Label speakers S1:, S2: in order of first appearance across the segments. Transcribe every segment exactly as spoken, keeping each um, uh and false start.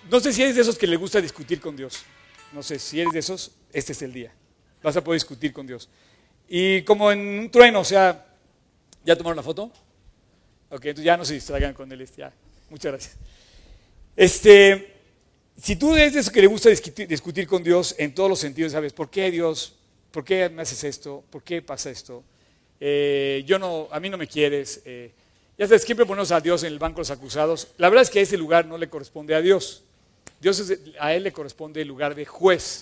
S1: No sé si eres de esos que le gusta discutir con Dios. No sé, si eres de esos, este es el día. Vas a poder discutir con Dios. Y como en un trueno, o sea, ¿ya tomaron la foto? Ok, entonces ya no se distraigan con él. Ya. Muchas gracias. Este, si tú eres de esos que le gusta discutir, discutir con Dios en todos los sentidos, ¿sabes? ¿Por qué Dios? ¿Por qué me haces esto? ¿Por qué pasa esto? Eh, yo no, a mí no me quieres. Eh, ya sabes, siempre ponemos a Dios en el banco de los acusados. La verdad es que a ese lugar no le corresponde a Dios. Dios es, a Él le corresponde el lugar de juez.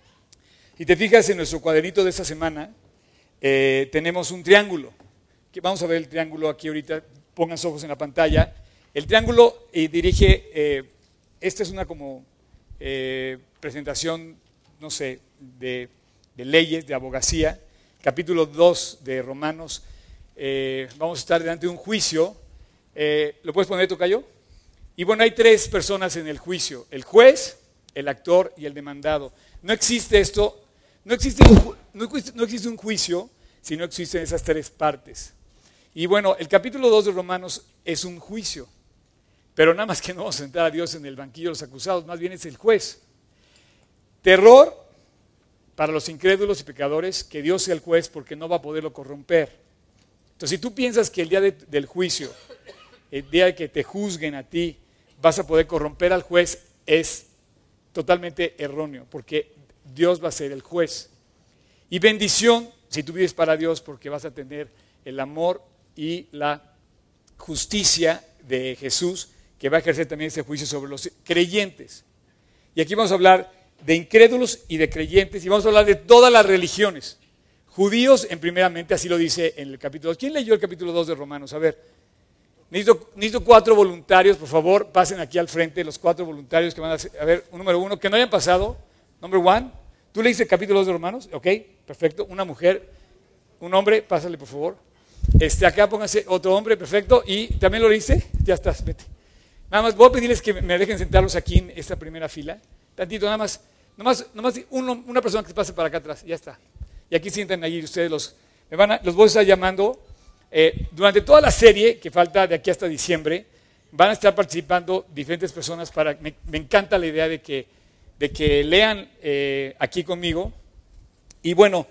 S1: Si te fijas en nuestro cuadernito de esta semana, eh, tenemos un triángulo. Vamos a ver el triángulo aquí ahorita, pongan sus ojos en la pantalla. El triángulo eh, dirige, eh, esta es una como eh, presentación, no sé, de, de leyes, de abogacía. Capítulo dos de Romanos, eh, vamos a estar delante de un juicio. Eh, ¿Lo puedes poner, tocayo? Y bueno, hay tres personas en el juicio, el juez, el actor y el demandado. No existe esto, no existe, un, no existe, no existe un juicio si no existen esas tres partes. Y bueno, el capítulo dos de Romanos es un juicio, pero nada más que no vamos a sentar a Dios en el banquillo de los acusados, más bien es el juez. Terror para los incrédulos y pecadores, que Dios sea el juez porque no va a poderlo corromper. Entonces, si tú piensas que el día de, del juicio, el día de que te juzguen a ti, vas a poder corromper al juez, es totalmente erróneo, porque Dios va a ser el juez. Y bendición si tú vives para Dios, porque vas a tener el amor y la justicia de Jesús, que va a ejercer también ese juicio sobre los creyentes. Y aquí vamos a hablar de incrédulos y de creyentes, y vamos a hablar de todas las religiones. Judíos, en primeramente, así lo dice en el capítulo dos. ¿Quién leyó el capítulo dos de Romanos? A ver. Necesito, necesito cuatro voluntarios, por favor, pasen aquí al frente los cuatro voluntarios que van a hacer. A ver, un número uno, que no hayan pasado. Number one. ¿Tú leíste el capítulo dos de Romanos? Ok, perfecto. Una mujer, un hombre, pásale por favor. Este, acá pónganse otro hombre, perfecto. ¿Y también lo leíste? Ya estás, vete. Nada más, voy a pedirles que me dejen sentarlos aquí en esta primera fila. Tantito, nada más, nada más, nada más uno, una persona que pase para acá atrás, ya está. Y aquí sientan ahí ustedes los, me van a, los voy a estar llamando. Eh, durante toda la serie, que falta de aquí hasta diciembre, van a estar participando diferentes personas. Para, me, me encanta la idea de que, de que lean eh, aquí conmigo. Y bueno,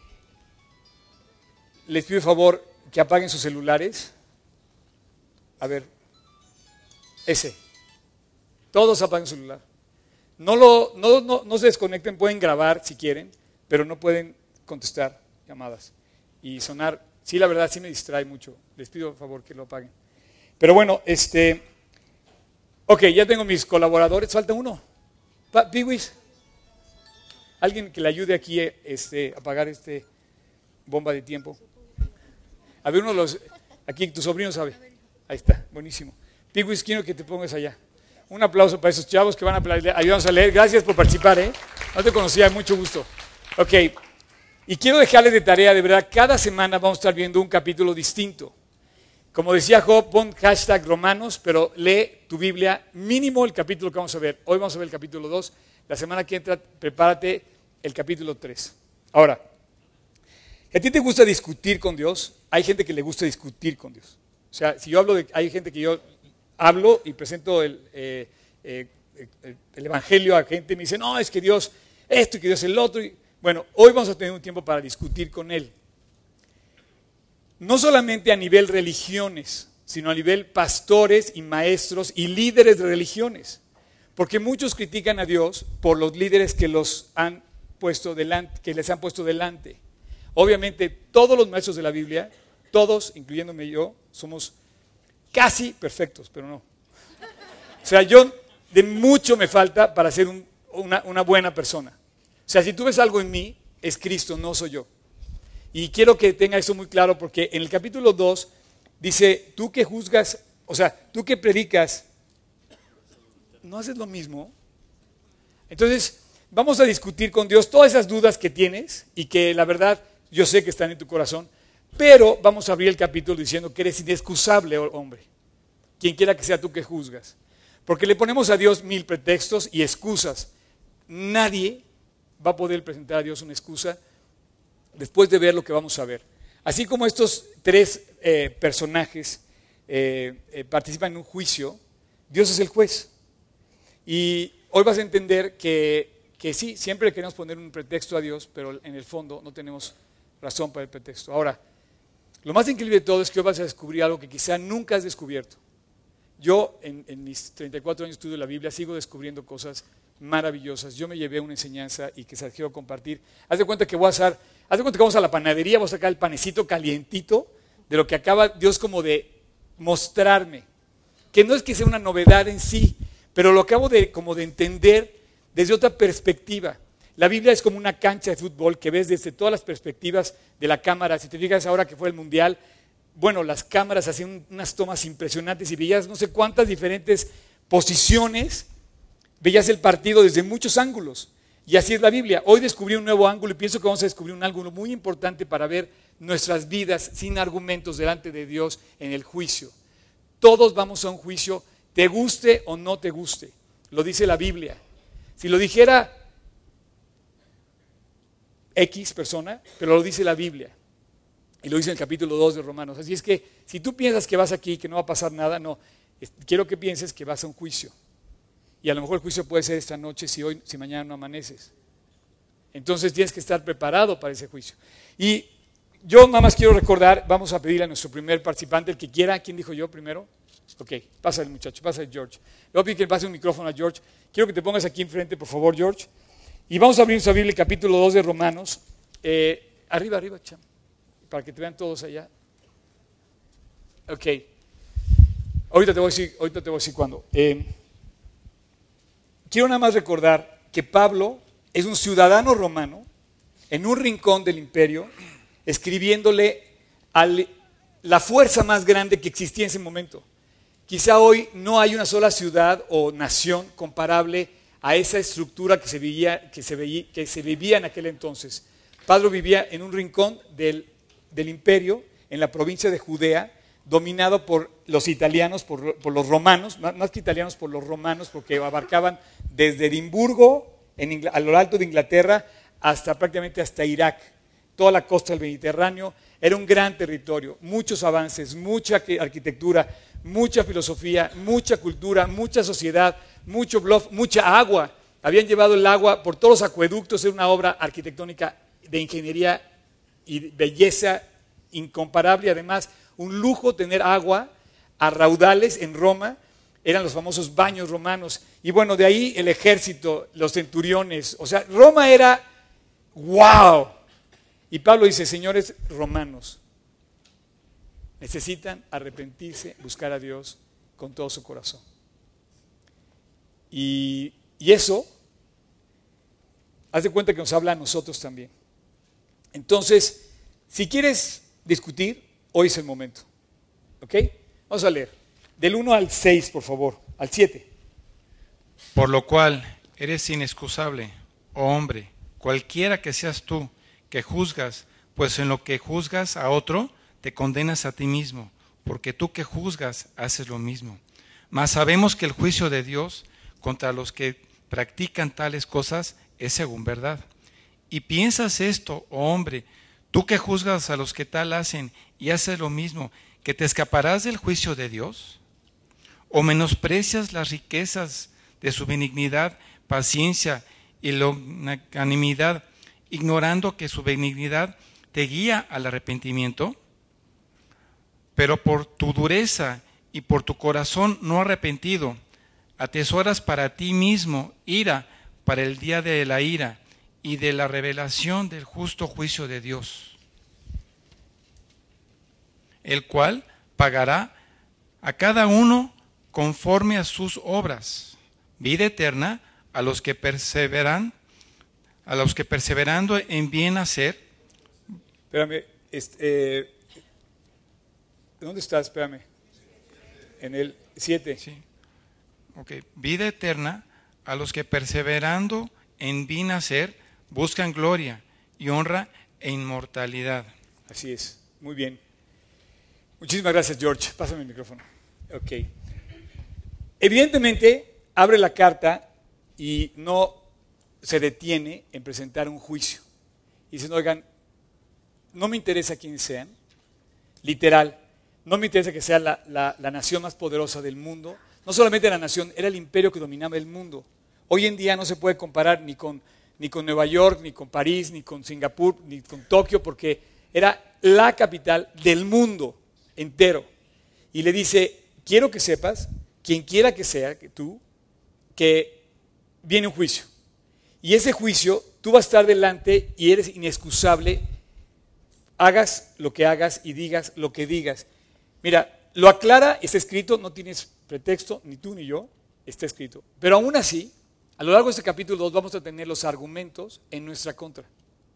S1: les pido por favor que apaguen sus celulares. A ver, ese. Todos apaguen su celular. No, lo, no, no, no se desconecten, pueden grabar si quieren, pero no pueden contestar llamadas y sonar. Sí, la verdad, sí me distrae mucho. Les pido por favor que lo apaguen. Pero bueno, este... Ok, ya tengo mis colaboradores. Falta uno. Piwis. Alguien que le ayude aquí este, a apagar este bomba de tiempo. A ver, uno de los... Aquí, tu sobrino sabe. Ahí está, buenísimo. Piwis, quiero que te pongas allá. Un aplauso para esos chavos que van a ayudarnos a leer. Gracias por participar, ¿eh? No te conocía, mucho gusto. Ok. Y quiero dejarles de tarea, de verdad, cada semana vamos a estar viendo un capítulo distinto. Como decía Job, pon hashtag Romanos, pero lee tu Biblia, mínimo el capítulo que vamos a ver. Hoy vamos a ver el capítulo dos, la semana que entra, prepárate el capítulo tres. Ahora, si a ti te gusta discutir con Dios, hay gente que le gusta discutir con Dios. O sea, si yo hablo de, hay gente que yo hablo y presento el, eh, eh, el Evangelio a gente y me dice, no, es que Dios esto y que Dios el otro. Y, bueno, hoy vamos a tener un tiempo para discutir con Él. No solamente a nivel religiones, sino a nivel pastores y maestros y líderes de religiones. Porque muchos critican a Dios por los líderes que los han puesto delante, que les han puesto delante. Obviamente, todos los maestros de la Biblia, todos, incluyéndome yo, somos casi perfectos, pero no. O sea, yo de mucho me falta para ser un, una, una buena persona. O sea, si tú ves algo en mí, es Cristo, no soy yo. Y quiero que tenga eso muy claro porque en el capítulo dos dice, tú que juzgas, o sea, tú que predicas, ¿no haces lo mismo? Entonces, vamos a discutir con Dios todas esas dudas que tienes y que la verdad yo sé que están en tu corazón, pero vamos a abrir el capítulo diciendo que eres inexcusable, hombre. Quien quiera que sea tú que juzgas. Porque le ponemos a Dios mil pretextos y excusas. Nadie va a poder presentar a Dios una excusa después de ver lo que vamos a ver. Así como estos tres eh, personajes eh, eh, participan en un juicio, Dios es el juez. Y hoy vas a entender que, que sí, siempre le queremos poner un pretexto a Dios, pero en el fondo no tenemos razón para el pretexto. Ahora, lo más increíble de todo es que hoy vas a descubrir algo que quizá nunca has descubierto. Yo, en, en mis treinta y cuatro años de estudio de la Biblia, sigo descubriendo cosas maravillosas. Yo me llevé una enseñanza y que se las quiero compartir. Haz de cuenta que voy a hacer, haz de cuenta que vamos a la panadería, voy a sacar el panecito calientito de lo que acaba Dios como de mostrarme. Que no es que sea una novedad en sí, pero lo acabo de, como de entender desde otra perspectiva. La Biblia es como una cancha de fútbol que ves desde todas las perspectivas de la cámara. Si te fijas ahora que fue el Mundial, bueno, las cámaras hacían unas tomas impresionantes y veías no sé cuántas diferentes posiciones, veías el partido desde muchos ángulos. Y así es la Biblia. Hoy descubrí un nuevo ángulo y pienso que vamos a descubrir un ángulo muy importante para ver nuestras vidas sin argumentos delante de Dios en el juicio. Todos vamos a un juicio, te guste o no te guste. Lo dice la Biblia. Si lo dijera X persona, pero lo dice la Biblia. Y lo dice en el capítulo dos de Romanos. Así es que si tú piensas que vas aquí, que no va a pasar nada, no. Quiero que pienses que vas a un juicio. Y a lo mejor el juicio puede ser esta noche si hoy, si mañana no amaneces. Entonces tienes que estar preparado para ese juicio. Y yo nada más quiero recordar, vamos a pedirle a nuestro primer participante, el que quiera. ¿Quién dijo yo primero? Ok, pasa el muchacho, pasa el George. Le voy a pedir que le pase un micrófono a George. Quiero que te pongas aquí enfrente, por favor, George. Y vamos a abrir nuestra Biblia, el capítulo dos de Romanos. Eh, arriba, arriba, cham. Para que te vean todos allá. Ok. Ahorita te voy a decir, ahorita te voy a decir cuándo. Eh, quiero nada más recordar que Pablo es un ciudadano romano en un rincón del imperio, escribiéndole a la fuerza más grande que existía en ese momento. Quizá hoy no hay una sola ciudad o nación comparable a esa estructura que se vivía, que se veía, que se vivía en aquel entonces. Pablo vivía en un rincón del del imperio en la provincia de Judea, dominado por los italianos, por, por los romanos, más, más que italianos, por los romanos, porque abarcaban desde Edimburgo, en, a lo alto de Inglaterra, hasta prácticamente hasta Irak, toda la costa del Mediterráneo. Era un gran territorio, muchos avances, mucha arquitectura, mucha filosofía, mucha cultura, mucha sociedad, mucho bluff, mucha agua. Habían llevado el agua por todos los acueductos, era una obra arquitectónica de ingeniería y belleza incomparable, y además un lujo tener agua a raudales en Roma. Eran los famosos baños romanos, y bueno, de ahí el ejército, los centuriones, o sea, Roma era wow. Y Pablo dice: señores romanos, necesitan arrepentirse, buscar a Dios con todo su corazón. Y, y eso, haz de cuenta que nos habla a nosotros también. Entonces, si quieres discutir, hoy es el momento. ¿Ok? Vamos a leer. Del uno al seis, por favor. Al siete.
S2: Por lo cual, eres inexcusable, oh hombre, cualquiera que seas tú, que juzgas, pues en lo que juzgas a otro, te condenas a ti mismo, porque tú que juzgas, haces lo mismo. Mas sabemos que el juicio de Dios contra los que practican tales cosas es según verdad. Y piensas esto, oh hombre, tú que juzgas a los que tal hacen y haces lo mismo, ¿que te escaparás del juicio de Dios? ¿O menosprecias las riquezas de su benignidad, paciencia y longanimidad, ignorando que su benignidad te guía al arrepentimiento? Pero por tu dureza y por tu corazón no arrepentido, atesoras para ti mismo ira para el día de la ira y de la revelación del justo juicio de Dios, el cual pagará a cada uno conforme a sus obras, vida eterna a los que perseveran, a los que perseverando en bien hacer.
S1: Espérame, este, eh, ¿dónde estás? Espérame. En el siete.
S2: Sí. Ok. Vida eterna a los que perseverando en bien hacer buscan gloria y honra e inmortalidad.
S1: Así es, muy bien. Muchísimas gracias, George. Pásame el micrófono. Ok. Evidentemente, abre la carta y no se detiene en presentar un juicio. Y dicen: oigan, no me interesa quién sean, literal, no me interesa que sea la, la, la nación más poderosa del mundo, No solamente la nación, era el imperio que dominaba el mundo. Hoy en día no se puede comparar ni con, ni con Nueva York, ni con París, ni con Singapur, ni con Tokio, porque era la capital del mundo entero. Y le dice, quiero que sepas, quien quiera que sea, que tú, que viene un juicio. Y ese juicio, tú vas a estar delante y eres inexcusable, hagas lo que hagas y digas lo que digas. Mira, lo aclara, está escrito, no tienes pretexto, ni tú ni yo, está escrito. Pero aún así, a lo largo de este capítulo dos vamos a tener los argumentos en nuestra contra.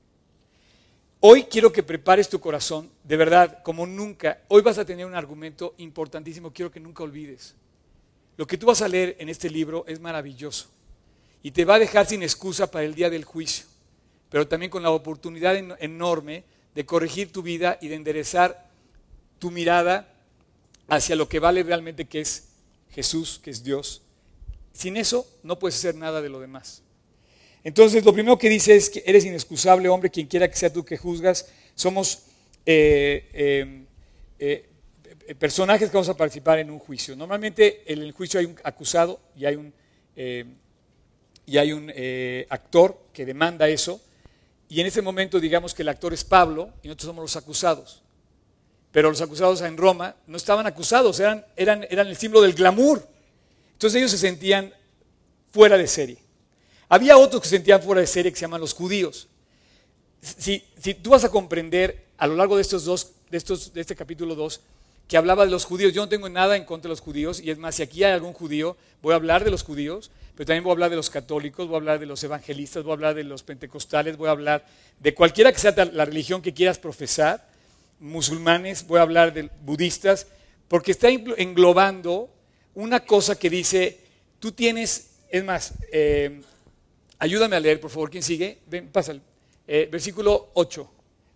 S1: Hoy quiero que prepares tu corazón, de verdad, como nunca. Hoy vas a tener un argumento importantísimo, quiero que nunca olvides. Lo que tú vas a leer en este libro es maravilloso y te va a dejar sin excusa para el día del juicio, pero también con la oportunidad en- enorme de corregir tu vida y de enderezar tu mirada hacia lo que vale realmente, que es Jesús, que es Dios. Sin eso no puedes hacer nada de lo demás. Entonces, lo primero que dice es que eres inexcusable, hombre, quien quiera que sea tú que juzgas. Somos eh, eh, eh, personajes que vamos a participar en un juicio. Normalmente en el juicio hay un acusado y hay un, eh, y hay un eh, actor que demanda eso. Y en ese momento digamos que el actor es Pablo y nosotros somos los acusados. Pero los acusados en Roma no estaban acusados, eran, eran, eran el símbolo del glamour. Entonces ellos se sentían fuera de serie. Había otros que se sentían fuera de serie que se llaman los judíos. Si, si tú vas a comprender a lo largo de estos dos, de, estos, de este capítulo dos, que hablaba de los judíos, yo no tengo nada en contra de los judíos, y es más, si aquí hay algún judío, voy a hablar de los judíos, pero también voy a hablar de los católicos, voy a hablar de los evangelistas, voy a hablar de los pentecostales, voy a hablar de cualquiera que sea la religión que quieras profesar, musulmanes, voy a hablar de budistas, porque está englobando una cosa que dice, tú tienes, es más, eh, ayúdame a leer, por favor, ¿quién sigue? Ven, pásale. Eh, versículo ocho.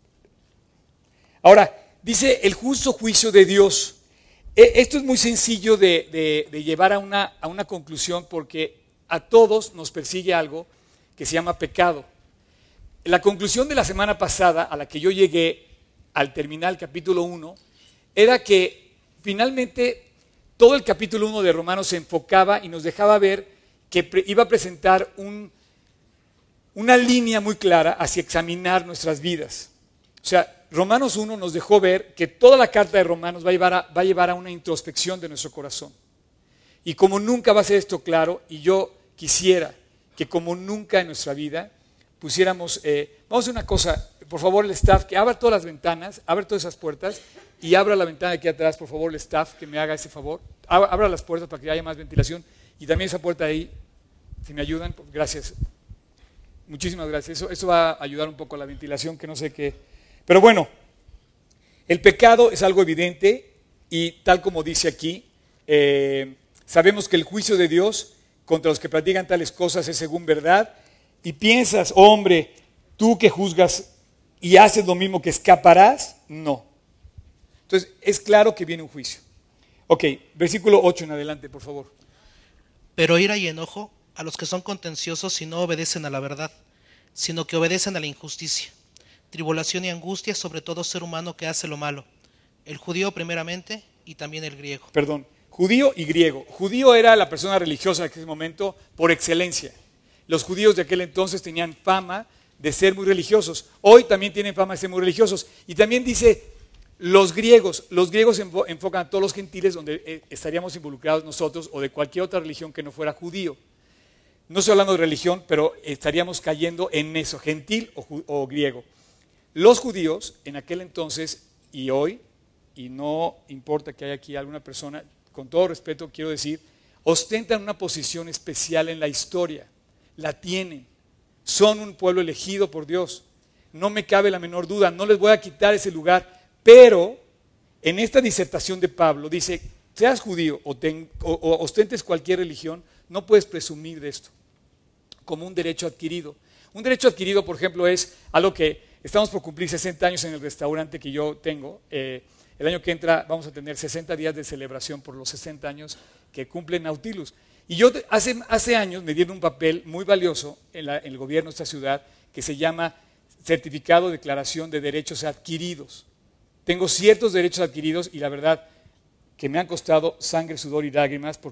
S1: Ahora, dice el justo juicio de Dios. Eh, esto es muy sencillo de, de, de llevar a una, a una conclusión, porque a todos nos persigue algo que se llama pecado. La conclusión de la semana pasada, a la que yo llegué al terminar el capítulo uno, era que finalmente todo el capítulo uno de Romanos se enfocaba y nos dejaba ver que pre- iba a presentar un, una línea muy clara hacia examinar nuestras vidas. O sea, Romanos uno nos dejó ver que toda la carta de Romanos va a llevar a, va a, llevar a una introspección de nuestro corazón. Y como nunca va a ser esto claro, y yo quisiera que como nunca en nuestra vida pusiéramos, eh, vamos a hacer una cosa, por favor el staff, que abra todas las ventanas, abra todas esas puertas, y abra la ventana de aquí atrás, por favor el staff, que me haga ese favor, abra, abra las puertas para que haya más ventilación, y también esa puerta ahí, si me ayudan, gracias, muchísimas gracias, eso, eso va a ayudar un poco a la ventilación, que no sé qué, pero bueno, el pecado es algo evidente, y tal como dice aquí, eh, sabemos que el juicio de Dios contra los que practican tales cosas es según verdad, y piensas, oh, hombre, tú que juzgas y haces lo mismo, que escaparás, no. Entonces, es claro que viene un juicio. Ok, versículo ocho en adelante, por favor.
S3: Pero ira y enojo a los que son contenciosos y no obedecen a la verdad, sino que obedecen a la injusticia. Tribulación y angustia sobre todo ser humano que hace lo malo, el judío primeramente y también el griego.
S1: Perdón, judío y griego. Judío era la persona religiosa en ese momento por excelencia. Los judíos de aquel entonces tenían fama de ser muy religiosos. Hoy también tienen fama de ser muy religiosos. Y también dice los griegos. Los griegos enfo- enfocan a todos los gentiles donde eh, estaríamos involucrados nosotros o de cualquier otra religión que no fuera judío. No estoy hablando de religión, pero estaríamos cayendo en eso, gentil o, ju- o griego. Los judíos en aquel entonces y hoy, y no importa que haya aquí alguna persona, con todo respeto quiero decir, ostentan una posición especial en la historia. La tienen, son un pueblo elegido por Dios, no me cabe la menor duda, no les voy a quitar ese lugar, pero en esta disertación de Pablo dice, seas judío o, ten, o, o ostentes cualquier religión, no puedes presumir de esto como un derecho adquirido. Un derecho adquirido, por ejemplo, es algo que estamos por cumplir sesenta años en el restaurante que yo tengo. Eh, el año que entra vamos a tener sesenta días de celebración por los sesenta años que cumple Nautilus. Y yo hace, hace años me dieron un papel muy valioso en, la, en el gobierno de esta ciudad que se llama Certificado de Declaración de Derechos Adquiridos. Tengo ciertos derechos adquiridos y la verdad que me han costado sangre, sudor y lágrimas porque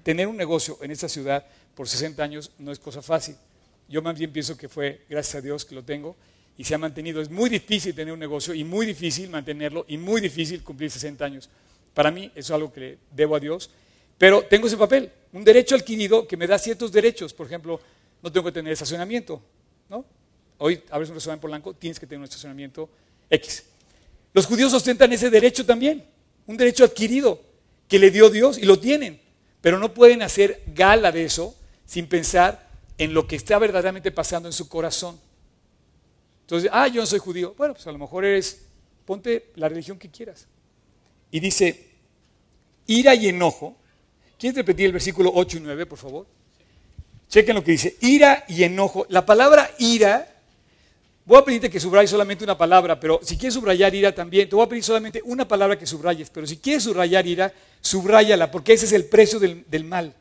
S1: tener un negocio en esta ciudad por sesenta años no es cosa fácil. Yo más bien pienso que fue gracias a Dios que lo tengo y se ha mantenido. Es muy difícil tener un negocio y muy difícil mantenerlo y muy difícil cumplir sesenta años. Para mí eso es algo que le debo a Dios, pero tengo ese papel, un derecho adquirido que me da ciertos derechos. Por ejemplo, no tengo que tener estacionamiento, ¿no? Hoy abres un restaurante en Polanco, tienes que tener un estacionamiento X. Los judíos ostentan ese derecho también, un derecho adquirido que le dio Dios y lo tienen, pero no pueden hacer gala de eso sin pensar en lo que está verdaderamente pasando en su corazón. Entonces, ah, yo no soy judío. Bueno, pues a lo mejor eres, ponte la religión que quieras. Y dice, ira y enojo. ¿Quieres repetir el versículo ocho y nueve, por favor? Chequen lo que dice, ira y enojo. La palabra ira, voy a pedirte que subrayes solamente una palabra, pero si quieres subrayar ira también, te voy a pedir solamente una palabra que subrayes, pero si quieres subrayar ira, subráyala, porque ese es el precio del, del mal.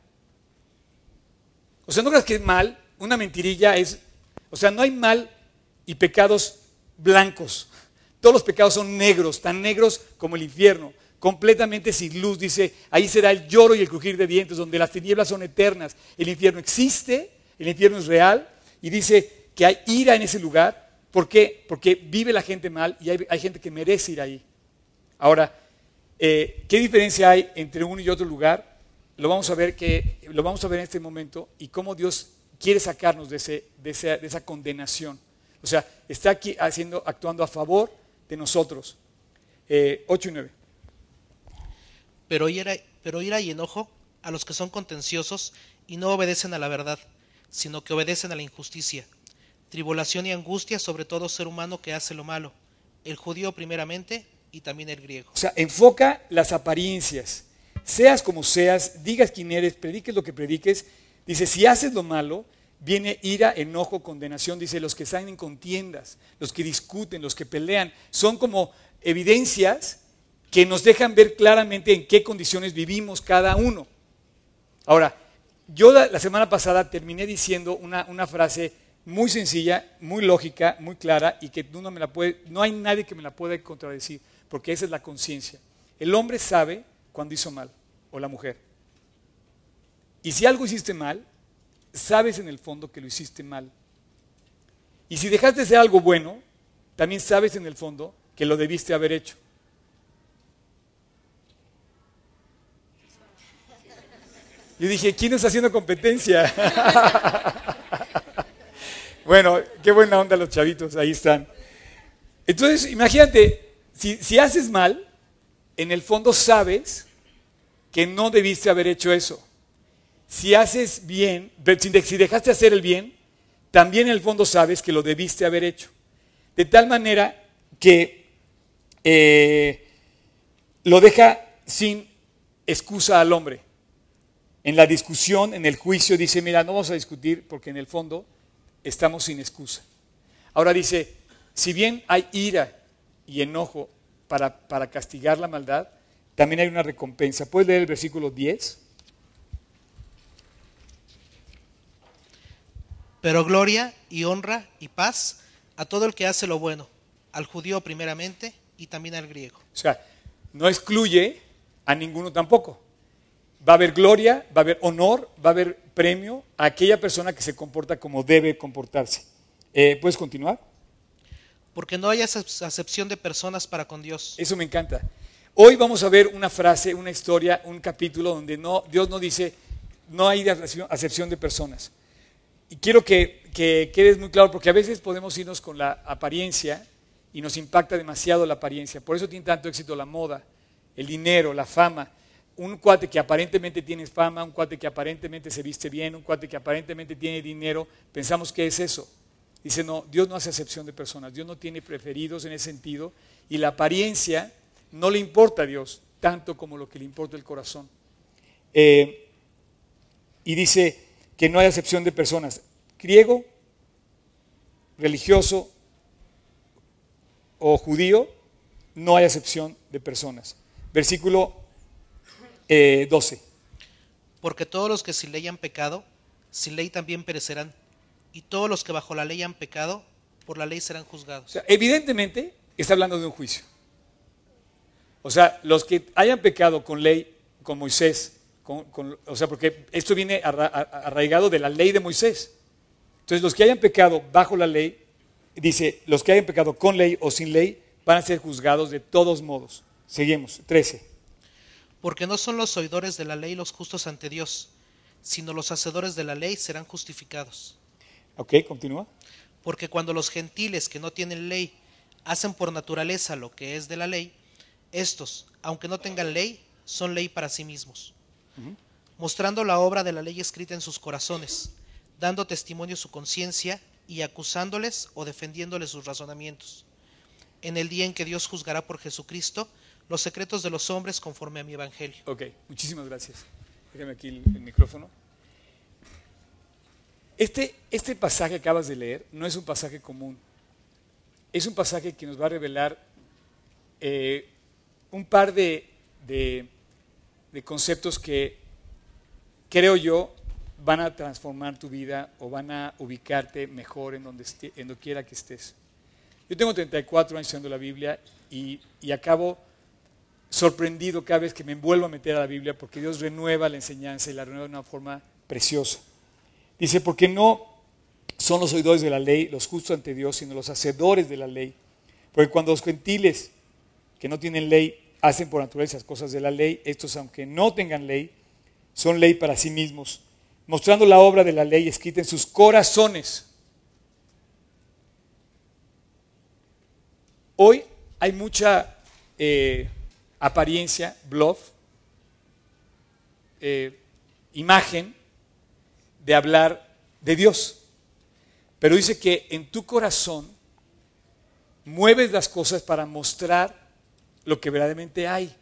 S1: O sea, no creas que es mal, una mentirilla es, o sea, no hay mal y pecados blancos. Todos los pecados son negros, tan negros como el infierno, completamente sin luz. Dice, ahí será el lloro y el crujir de dientes, donde las tinieblas son eternas. El infierno existe, el infierno es real, y dice que hay ira en ese lugar. ¿Por qué? Porque vive la gente mal y hay, hay gente que merece ir ahí. Ahora, eh, ¿qué diferencia hay entre uno y otro lugar? Lo vamos a ver que, lo vamos a ver en este momento y cómo Dios quiere sacarnos de, ese, de, esa, de esa condenación. O sea, está aquí haciendo, actuando a favor de nosotros. Eh, ocho y nueve.
S3: Pero ira, pero ira y enojo a los que son contenciosos y no obedecen a la verdad, sino que obedecen a la injusticia. Tribulación y angustia sobre todo ser humano que hace lo malo, el judío primeramente y también el griego.
S1: O sea, enfoca las apariencias. Seas como seas, digas quién eres, prediques lo que prediques. Dice, si haces lo malo, viene ira, enojo, condenación. Dice, los que están en contiendas, los que discuten, los que pelean, son como evidencias que nos dejan ver claramente en qué condiciones vivimos cada uno. Ahora, yo la, la semana pasada terminé diciendo una, una frase muy sencilla, muy lógica, muy clara, y que no, me la puede, no hay nadie que me la pueda contradecir, porque esa es la conciencia. El hombre sabe cuando hizo mal, o la mujer. Y si algo hiciste mal, sabes en el fondo que lo hiciste mal. Y si dejaste de hacer algo bueno, también sabes en el fondo que lo debiste haber hecho. Yo dije, ¿quién está haciendo competencia? Bueno, qué buena onda los chavitos, ahí están. Entonces, imagínate, si, si haces mal, en el fondo sabes que no debiste haber hecho eso. Si haces bien, si dejaste hacer el bien, también en el fondo sabes que lo debiste haber hecho. De tal manera que eh, lo deja sin excusa al hombre. En la discusión, en el juicio, dice, mira, no vamos a discutir porque en el fondo estamos sin excusa. Ahora dice, si bien hay ira y enojo para, para castigar la maldad, también hay una recompensa. ¿Puedes leer el versículo diez?
S3: Pero gloria y honra y paz a todo el que hace lo bueno, al judío primeramente y también al griego.
S1: O sea, no excluye a ninguno tampoco. Va a haber gloria, va a haber honor, va a haber premio a aquella persona que se comporta como debe comportarse. Eh, ¿Puedes continuar?
S3: Porque no hay acepción de personas para con Dios.
S1: Eso me encanta. Hoy vamos a ver una frase, una historia, un capítulo donde no, Dios no dice, no hay acepción de personas. Y quiero que, que quede muy claro, porque a veces podemos irnos con la apariencia y nos impacta demasiado la apariencia. Por eso tiene tanto éxito la moda, el dinero, la fama. Un cuate que aparentemente tiene fama, un cuate que aparentemente se viste bien, un cuate que aparentemente tiene dinero, pensamos que es eso. Dice, no, Dios no hace acepción de personas, Dios no tiene preferidos en ese sentido, y la apariencia no le importa a Dios tanto como lo que le importa el corazón. Eh, y dice que no hay acepción de personas, griego, religioso o judío, no hay acepción de personas. Versículo eh, doce.
S3: Porque todos los que sin ley han pecado, sin ley también perecerán, y todos los que bajo la ley han pecado, por la ley serán juzgados.
S1: O sea, evidentemente está hablando de un juicio. O sea, los que hayan pecado con ley, con Moisés, con, con, o sea, porque esto viene arra, arraigado de la ley de Moisés. Entonces, los que hayan pecado bajo la ley, dice, los que hayan pecado con ley o sin ley, van a ser juzgados de todos modos. Seguimos, trece.
S3: Porque no son los oidores de la ley los justos ante Dios, sino los hacedores de la ley serán justificados.
S1: Ok, continúa.
S3: Porque cuando los gentiles que no tienen ley hacen por naturaleza lo que es de la ley, estos, aunque no tengan ley, son ley para sí mismos, uh-huh. mostrando la obra de la ley escrita en sus corazones, dando testimonio su conciencia y acusándoles o defendiéndoles sus razonamientos. En el día en que Dios juzgará por Jesucristo los secretos de los hombres conforme a mi evangelio.
S1: Ok, muchísimas gracias. Déjame aquí el, el micrófono. Este, este pasaje que acabas de leer no es un pasaje común. Es un pasaje que nos va a revelar eh, un par de, de, de conceptos que creo yo van a transformar tu vida o van a ubicarte mejor en donde, esté, en donde quiera que estés. Yo tengo treinta y cuatro años estudiando la Biblia y, y acabo sorprendido cada vez que me envuelvo a meter a la Biblia porque Dios renueva la enseñanza y la renueva de una forma preciosa. Dice, porque no son los oidores de la ley los justos ante Dios, sino los hacedores de la ley. Porque cuando los gentiles que no tienen ley hacen por naturaleza las cosas de la ley, estos aunque no tengan ley, son ley para sí mismos, mostrando la obra de la ley escrita en sus corazones. Hoy hay mucha eh, apariencia, bluff, eh, imagen de hablar de Dios. Pero dice que en tu corazón mueves las cosas para mostrar lo que verdaderamente hay.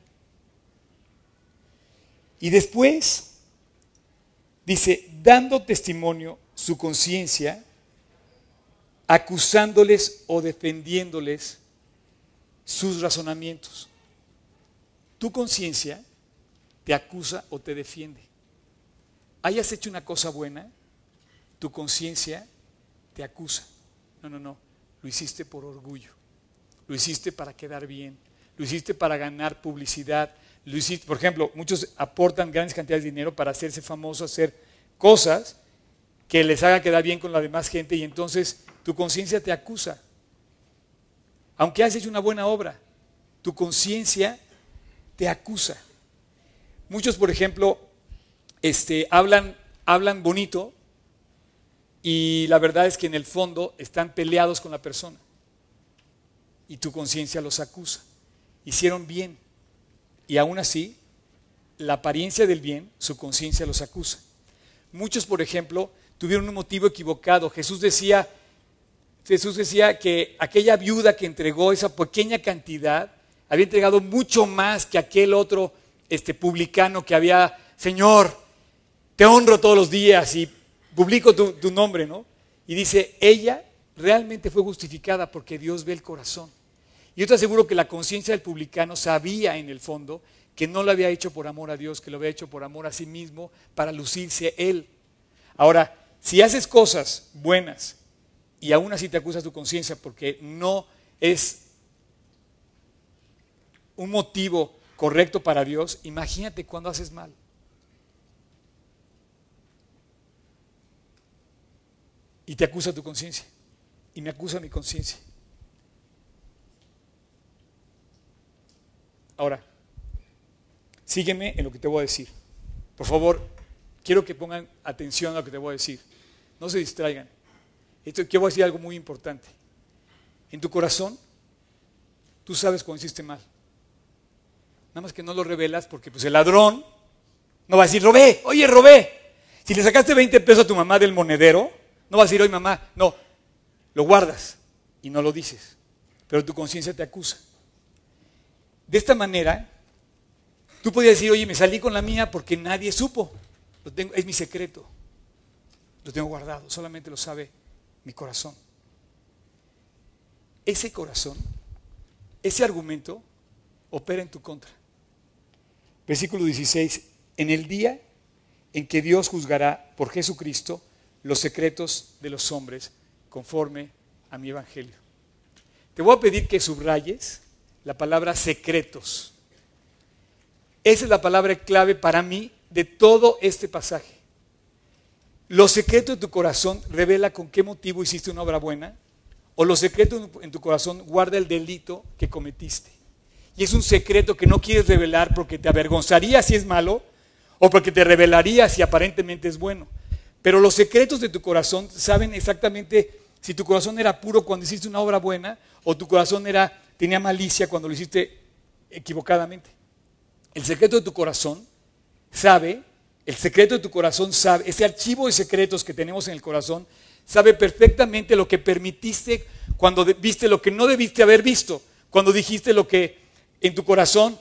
S1: Y después dice, dando testimonio su conciencia, acusándoles o defendiéndoles sus razonamientos. Tu conciencia te acusa o te defiende. Hayas hecho una cosa buena, tu conciencia te acusa. No, no, no, lo hiciste por orgullo, lo hiciste para quedar bien, lo hiciste para ganar publicidad, lo hiciste, por ejemplo, muchos aportan grandes cantidades de dinero para hacerse famosos, hacer cosas que les haga quedar bien con la demás gente y entonces tu conciencia te acusa. Aunque has hecho una buena obra, tu conciencia te acusa. Muchos, por ejemplo, este, hablan, hablan bonito y la verdad es que en el fondo están peleados con la persona y tu conciencia los acusa. Hicieron bien y aún así la apariencia del bien, su conciencia los acusa. Muchos, por ejemplo, tuvieron un motivo equivocado. Jesús decía, Jesús decía que aquella viuda que entregó esa pequeña cantidad había entregado mucho más que aquel otro este, publicano que había, Señor, te honro todos los días y publico tu, tu nombre, ¿no? Y dice, ella realmente fue justificada porque Dios ve el corazón. Y yo te aseguro que la conciencia del publicano sabía en el fondo que no lo había hecho por amor a Dios, que lo había hecho por amor a sí mismo, para lucirse él. Ahora, si haces cosas buenas y aún así te acusas tu conciencia porque no es un motivo correcto para Dios, imagínate cuando haces mal. Y te acusa tu conciencia. Y me acusa mi conciencia. Ahora, sígueme en lo que te voy a decir. Por favor, quiero que pongan atención a lo que te voy a decir. No se distraigan. Esto, quiero decir algo muy importante. En tu corazón, tú sabes cuando hiciste mal. Nada más que no lo revelas porque pues, el ladrón no va a decir, robé, oye, robé. Si le sacaste veinte pesos a tu mamá del monedero, no va a decir, oye, mamá, no. Lo guardas y no lo dices. Pero tu conciencia te acusa. De esta manera, tú podías decir, oye, me salí con la mía porque nadie supo. Lo tengo, es mi secreto. Lo tengo guardado, solamente lo sabe mi corazón. Ese corazón, ese argumento, opera en tu contra. Versículo dieciséis, en el día en que Dios juzgará por Jesucristo los secretos de los hombres conforme a mi evangelio. Te voy a pedir que subrayes la palabra secretos. Esa es la palabra clave para mí de todo este pasaje. Los secretos de tu corazón revela con qué motivo hiciste una obra buena, o los secretos en tu corazón guarda el delito que cometiste. Y es un secreto que no quieres revelar porque te avergonzaría si es malo, o porque te revelaría si aparentemente es bueno. Pero los secretos de tu corazón saben exactamente si tu corazón era puro cuando hiciste una obra buena, o tu corazón era, tenía malicia cuando lo hiciste equivocadamente. El secreto de tu corazón sabe, el secreto de tu corazón sabe, ese archivo de secretos que tenemos en el corazón, sabe perfectamente lo que permitiste cuando viste lo que no debiste haber visto, cuando dijiste lo que en tu corazón,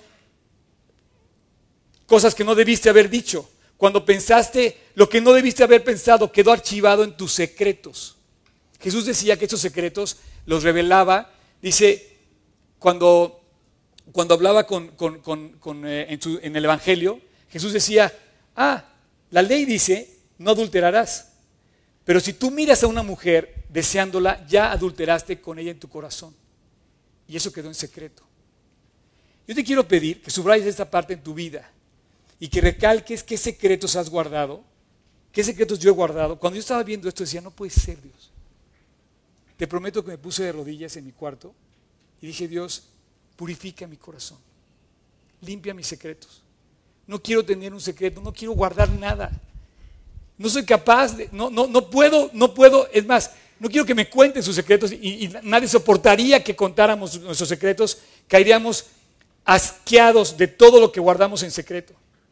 S1: cosas que no debiste haber dicho, cuando pensaste lo que no debiste haber pensado, quedó archivado en tus secretos. Jesús decía que estos secretos los revelaba, dice, cuando, cuando hablaba con, con, con, con, eh, en, su, en el Evangelio, Jesús decía, ah, la ley dice, no adulterarás. Pero si tú miras a una mujer deseándola, ya adulteraste con ella en tu corazón. Y eso quedó en secreto. Yo te quiero pedir que subrayes esta parte en tu vida y que recalques qué secretos has guardado, qué secretos yo he guardado. Cuando yo estaba viendo esto decía, no puede ser, Dios. Te prometo que me puse de rodillas en mi cuarto y dije, Dios, purifica mi corazón, limpia mis secretos. No quiero tener un secreto, no quiero guardar nada. No soy capaz, de, no, no, no puedo, no puedo, es más, no quiero que me cuenten sus secretos y, y nadie soportaría que contáramos nuestros secretos, caeríamos asqueados de todo lo que guardamos en secreto.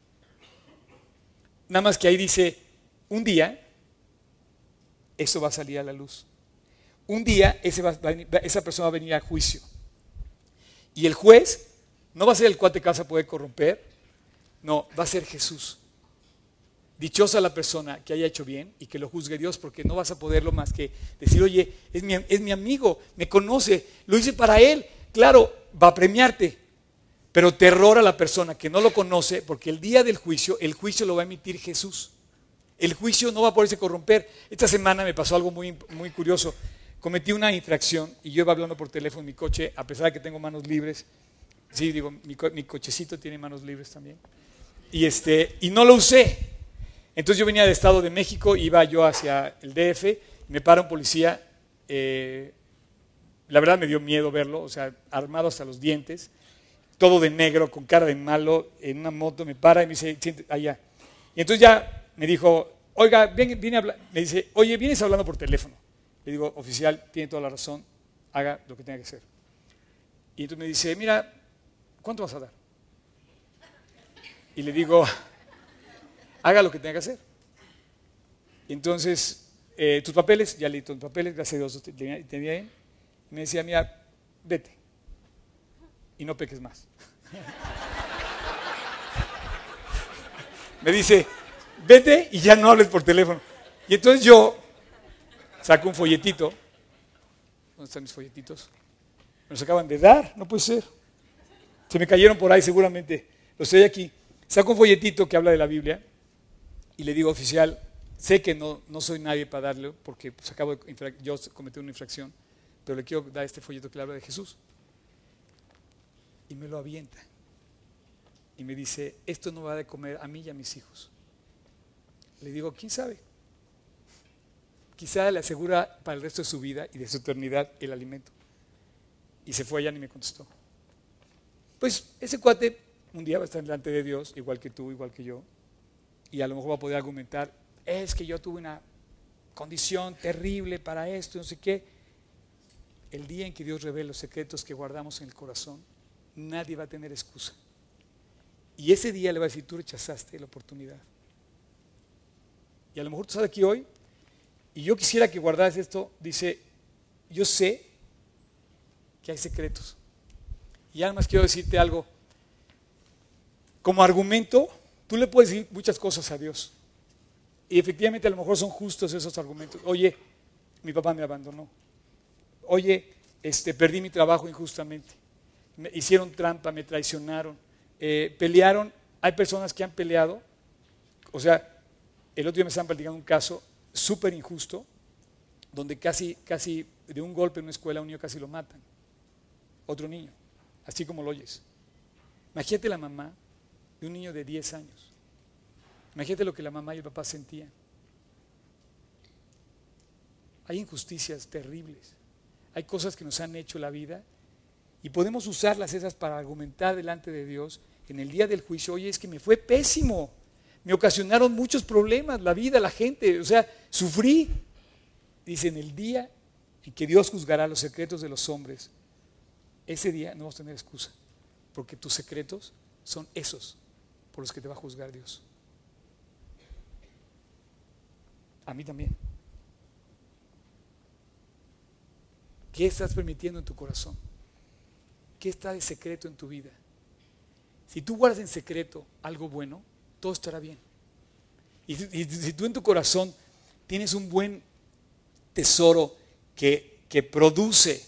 S1: Nada más que ahí dice, un día, eso va a salir a la luz. Un día ese va, esa persona va a venir a juicio. Y el juez no va a ser el cuate que vas a poder corromper, no, va a ser Jesús. Dichosa la persona que haya hecho bien y que lo juzgue Dios, porque no vas a poderlo más que decir, oye, es mi, es mi amigo, me conoce, lo hice para él. Claro, va a premiarte, pero terror a la persona que no lo conoce, porque el día del juicio, el juicio lo va a emitir Jesús. El juicio no va a poderse corromper. Esta semana me pasó algo muy, muy curioso. Cometí una infracción y yo iba hablando por teléfono en mi coche, a pesar de que tengo manos libres. Sí, digo, mi, co mi cochecito tiene manos libres también. Y, este, y no lo usé. Entonces yo venía del Estado de México, iba yo hacia el D F, me para un policía, eh, la verdad me dio miedo verlo, o sea, armado hasta los dientes, todo de negro, con cara de malo, en una moto, me para y me dice, siente allá. Y entonces ya me dijo, oiga, viene, viene a hablar, me dice, oye, vienes hablando por teléfono. Le digo, oficial, tiene toda la razón, haga lo que tenga que hacer. Y entonces me dice, mira, ¿cuánto vas a dar? Y le digo, haga lo que tenga que hacer. Y entonces, eh, tus papeles, ya leí tus papeles, gracias a Dios tenía, tenía bien. Y me decía, mira, vete y no peques más. Me dice, vete y ya no hables por teléfono. Y entonces yo saco un folletito. ¿Dónde están mis folletitos? Me los acaban de dar, no puede ser. Se me cayeron por ahí seguramente. Los estoy aquí. Saco un folletito que habla de la Biblia y le digo, oficial, sé que no, no soy nadie para darle, porque pues, acabo de yo cometí una infracción, pero le quiero dar este folleto que habla de Jesús. Y me lo avienta. Y me dice, esto no va de comer a mí y a mis hijos. Le digo, ¿quién sabe? Quizá le asegura para el resto de su vida y de su eternidad el alimento. Y se fue allá y me contestó. Pues ese cuate un día va a estar delante de Dios, igual que tú, igual que yo, y a lo mejor va a poder argumentar, es que yo tuve una condición terrible para esto, no sé qué. El día en que Dios revele los secretos que guardamos en el corazón, nadie va a tener excusa. Y ese día le va a decir, tú rechazaste la oportunidad. Y a lo mejor tú estás aquí hoy, y yo quisiera que guardaras esto, dice, yo sé que hay secretos. Y además quiero decirte algo, como argumento, tú le puedes decir muchas cosas a Dios. Y efectivamente a lo mejor son justos esos argumentos. Oye, mi papá me abandonó. Oye, este, perdí mi trabajo injustamente. Me hicieron trampa, me traicionaron. Eh, pelearon. Hay personas que han peleado. O sea, el otro día me estaban platicando un caso súper injusto, donde casi, casi de un golpe en una escuela un niño casi lo matan. Otro niño, así como lo oyes. Imagínate la mamá de un niño de diez años. Imagínate lo que la mamá y el papá sentían. Hay injusticias terribles. Hay cosas que nos han hecho la vida y podemos usarlas esas para argumentar delante de Dios en el día del juicio. Oye, es que me fue pésimo. Me ocasionaron muchos problemas, la vida, la gente. O sea, sufrí. Dice, en el día en que Dios juzgará los secretos de los hombres, ese día no vamos a tener excusa. Porque tus secretos son esos por los que te va a juzgar Dios. A mí también. ¿Qué estás permitiendo en tu corazón? ¿Qué está de secreto en tu vida? Si tú guardas en secreto algo bueno, todo estará bien. Y si, y si tú en tu corazón tienes un buen tesoro que, que produce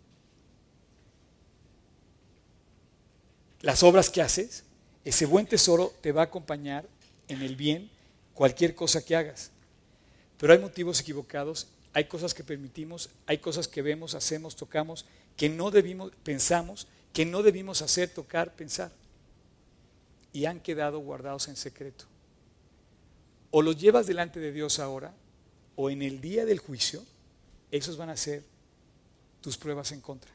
S1: las obras que haces, ese buen tesoro te va a acompañar en el bien cualquier cosa que hagas. Pero hay motivos equivocados, hay cosas que permitimos, hay cosas que vemos, hacemos, tocamos, que no debimos, pensamos, que no debimos hacer, tocar, pensar. Y han quedado guardados en secreto. O los llevas delante de Dios ahora, o en el día del juicio, esos van a ser tus pruebas en contra.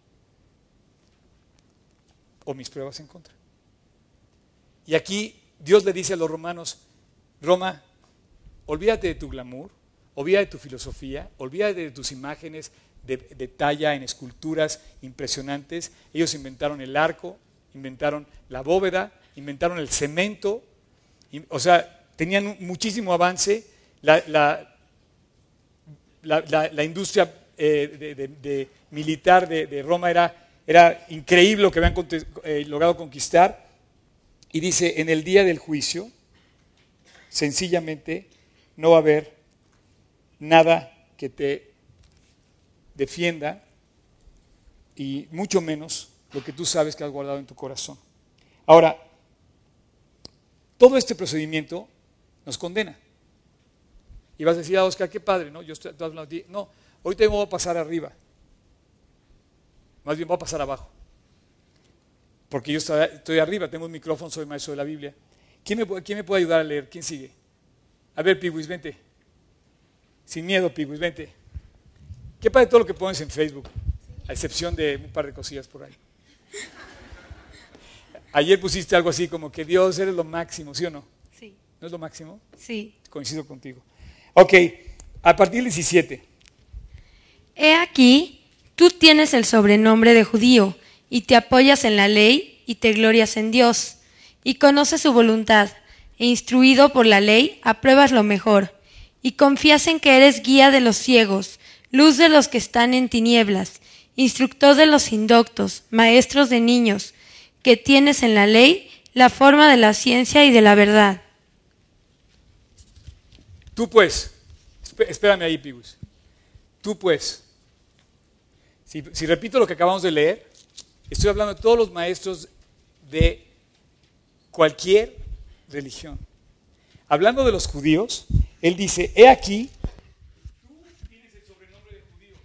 S1: O mis pruebas en contra. Y aquí Dios le dice a los romanos, Roma, olvídate de tu glamour, olvídate de tu filosofía, olvídate de tus imágenes de, de talla en esculturas impresionantes. Ellos inventaron el arco, inventaron la bóveda, inventaron el cemento, o sea, tenían muchísimo avance. La, la, la, la, la industria eh, de, de, de militar de, de Roma era, era increíble lo que habían eh, logrado conquistar. Y dice, en el día del juicio, sencillamente no va a haber nada que te defienda y mucho menos lo que tú sabes que has guardado en tu corazón. Ahora, todo este procedimiento nos condena. Y vas a decir, ah, Oscar, qué padre, ¿no? Yo estoy hablando de ti. No, ahorita voy a pasar arriba. Más bien voy a pasar abajo. Porque yo estoy arriba, tengo un micrófono, soy maestro de la Biblia. ¿Quién me, quién me puede ayudar a leer? ¿Quién sigue? A ver, Piwis, vente. Sin miedo, Piwis, vente. ¿Qué pasa de todo lo que pones en Facebook? A excepción de un par de cosillas por ahí. Ayer pusiste algo así como que Dios eres lo máximo, ¿sí o no?
S4: Sí.
S1: ¿No es lo máximo?
S4: Sí.
S1: Coincido contigo. Ok, a partir del diecisiete.
S4: He aquí, tú tienes el sobrenombre de judío, y te apoyas en la ley, y te glorias en Dios, y conoces su voluntad, e instruido por la ley, apruebas lo mejor, y confías en que eres guía de los ciegos, luz de los que están en tinieblas, instructor de los indoctos, maestros de niños, que tienes en la ley la forma de la ciencia y de la verdad.
S1: Tú pues, espérame ahí, Piwis. Tú pues, si, si repito lo que acabamos de leer, estoy hablando de todos los maestros de cualquier religión. Hablando de los judíos, él dice, he aquí, tú tienes el sobrenombre de judíos.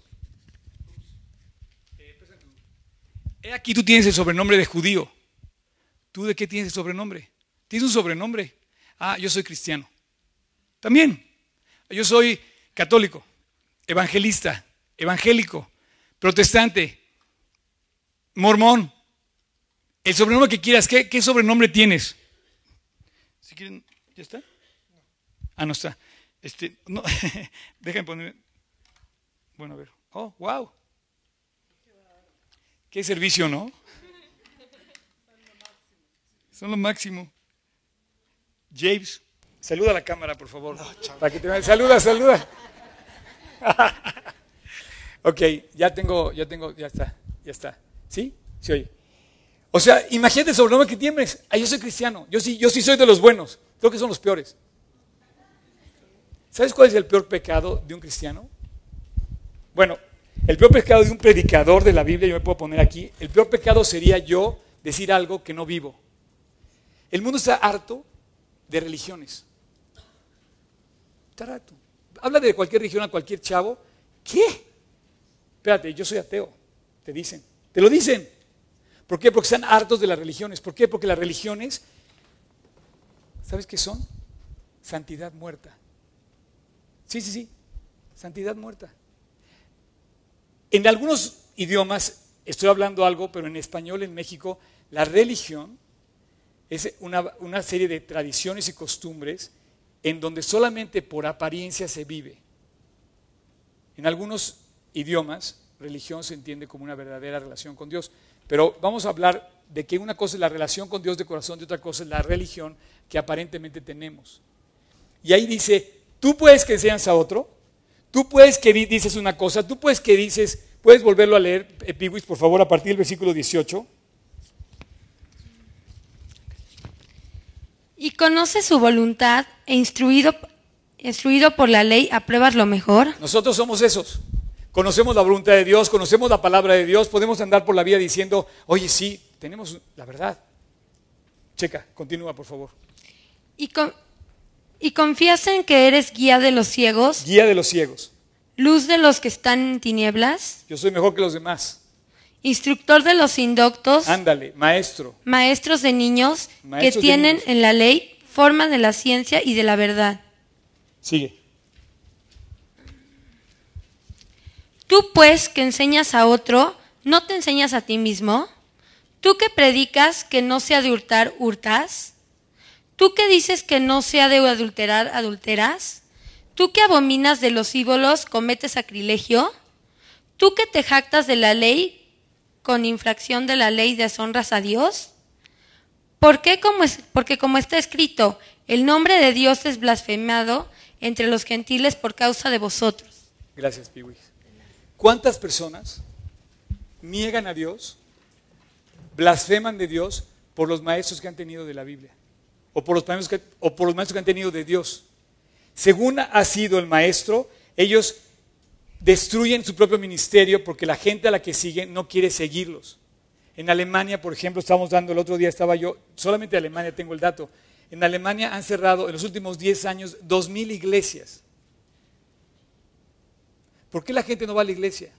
S1: He aquí tú tienes el sobrenombre de judío. ¿Tú de qué tienes el sobrenombre? Tienes un sobrenombre. Ah, yo soy cristiano. También. Yo soy católico, evangelista, evangélico, protestante, mormón. El sobrenombre que quieras, ¿qué, qué sobrenombre tienes? Si quieren, ¿ya está? Ah, no está. Este, no, déjame poner. Bueno, a ver. Oh, wow. Qué servicio, ¿no? Son lo máximo. James, saluda a la cámara, por favor. No, para que te... Saluda, saluda. Ok, ya tengo, ya tengo, ya está, ya está. ¿Sí? Sí, oye. O sea, imagínate el sobrenombre que tienes. Ah, yo soy cristiano. Yo sí, yo sí soy de los buenos. Creo que son los peores. ¿Sabes cuál es el peor pecado de un cristiano? Bueno, el peor pecado de un predicador de la Biblia, yo me puedo poner aquí, el peor pecado sería yo decir algo que no vivo. El mundo está harto de religiones. Está harto. Habla de cualquier religión a cualquier chavo. ¿Qué? Espérate, yo soy ateo. Te dicen. Te lo dicen. ¿Por qué? Porque están hartos de las religiones. ¿Por qué? Porque las religiones, ¿sabes qué son? santidad muerta. Sí, sí, sí, santidad muerta. En algunos idiomas, estoy hablando algo, pero en español en México, la religión es una, una serie de tradiciones y costumbres en donde solamente por apariencia se vive. En algunos idiomas, religión se entiende como una verdadera relación con Dios, pero vamos a hablar de que una cosa es la relación con Dios de corazón y otra cosa es la religión que aparentemente tenemos. Y ahí dice, tú puedes que enseñas a otro, tú puedes que dices una cosa, tú puedes que dices, puedes volverlo a leer, Epiwis, por favor, a partir del versículo dieciocho.
S4: Y conoces su voluntad e instruido, instruido por la ley apruebas lo mejor.
S1: Nosotros somos esos. Conocemos la voluntad de Dios, conocemos la palabra de Dios, podemos andar por la vida diciendo, oye, sí, tenemos la verdad. Checa, continúa, por favor.
S4: Y, con, y confías en que eres guía de los ciegos,
S1: Guía de los ciegos.
S4: luz de los que están en tinieblas,
S1: Yo soy mejor que los demás.
S4: instructor de los indoctos,
S1: Ándale, maestro.
S4: maestros de niños
S1: Maestros
S4: que
S1: de
S4: tienen
S1: niños.
S4: en la ley forma de la ciencia y de la verdad.
S1: Sigue.
S4: Tú pues que enseñas a otro, ¿no te enseñas a ti mismo? ¿Tú que predicas que no se ha de hurtar, hurtas? ¿Tú que dices que no se ha de adulterar, adulteras? ¿Tú que abominas de los ídolos, cometes sacrilegio? ¿Tú que te jactas de la ley, con infracción de la ley deshonras a Dios? ¿Por qué? Como es, porque como está escrito, el nombre de Dios es blasfemado entre los gentiles por causa de vosotros.
S1: Gracias, Piwi. ¿Cuántas personas niegan a Dios, blasfeman de Dios por los maestros que han tenido de la Biblia? O por los maestros que, o por los maestros que han tenido de Dios. Según ha sido el maestro, ellos destruyen su propio ministerio porque la gente a la que siguen no quiere seguirlos. En Alemania, por ejemplo, estábamos dando, el otro día estaba yo, solamente de Alemania tengo el dato, en Alemania han cerrado en los últimos diez años dos mil iglesias. ¿Por qué la gente no va a la iglesia?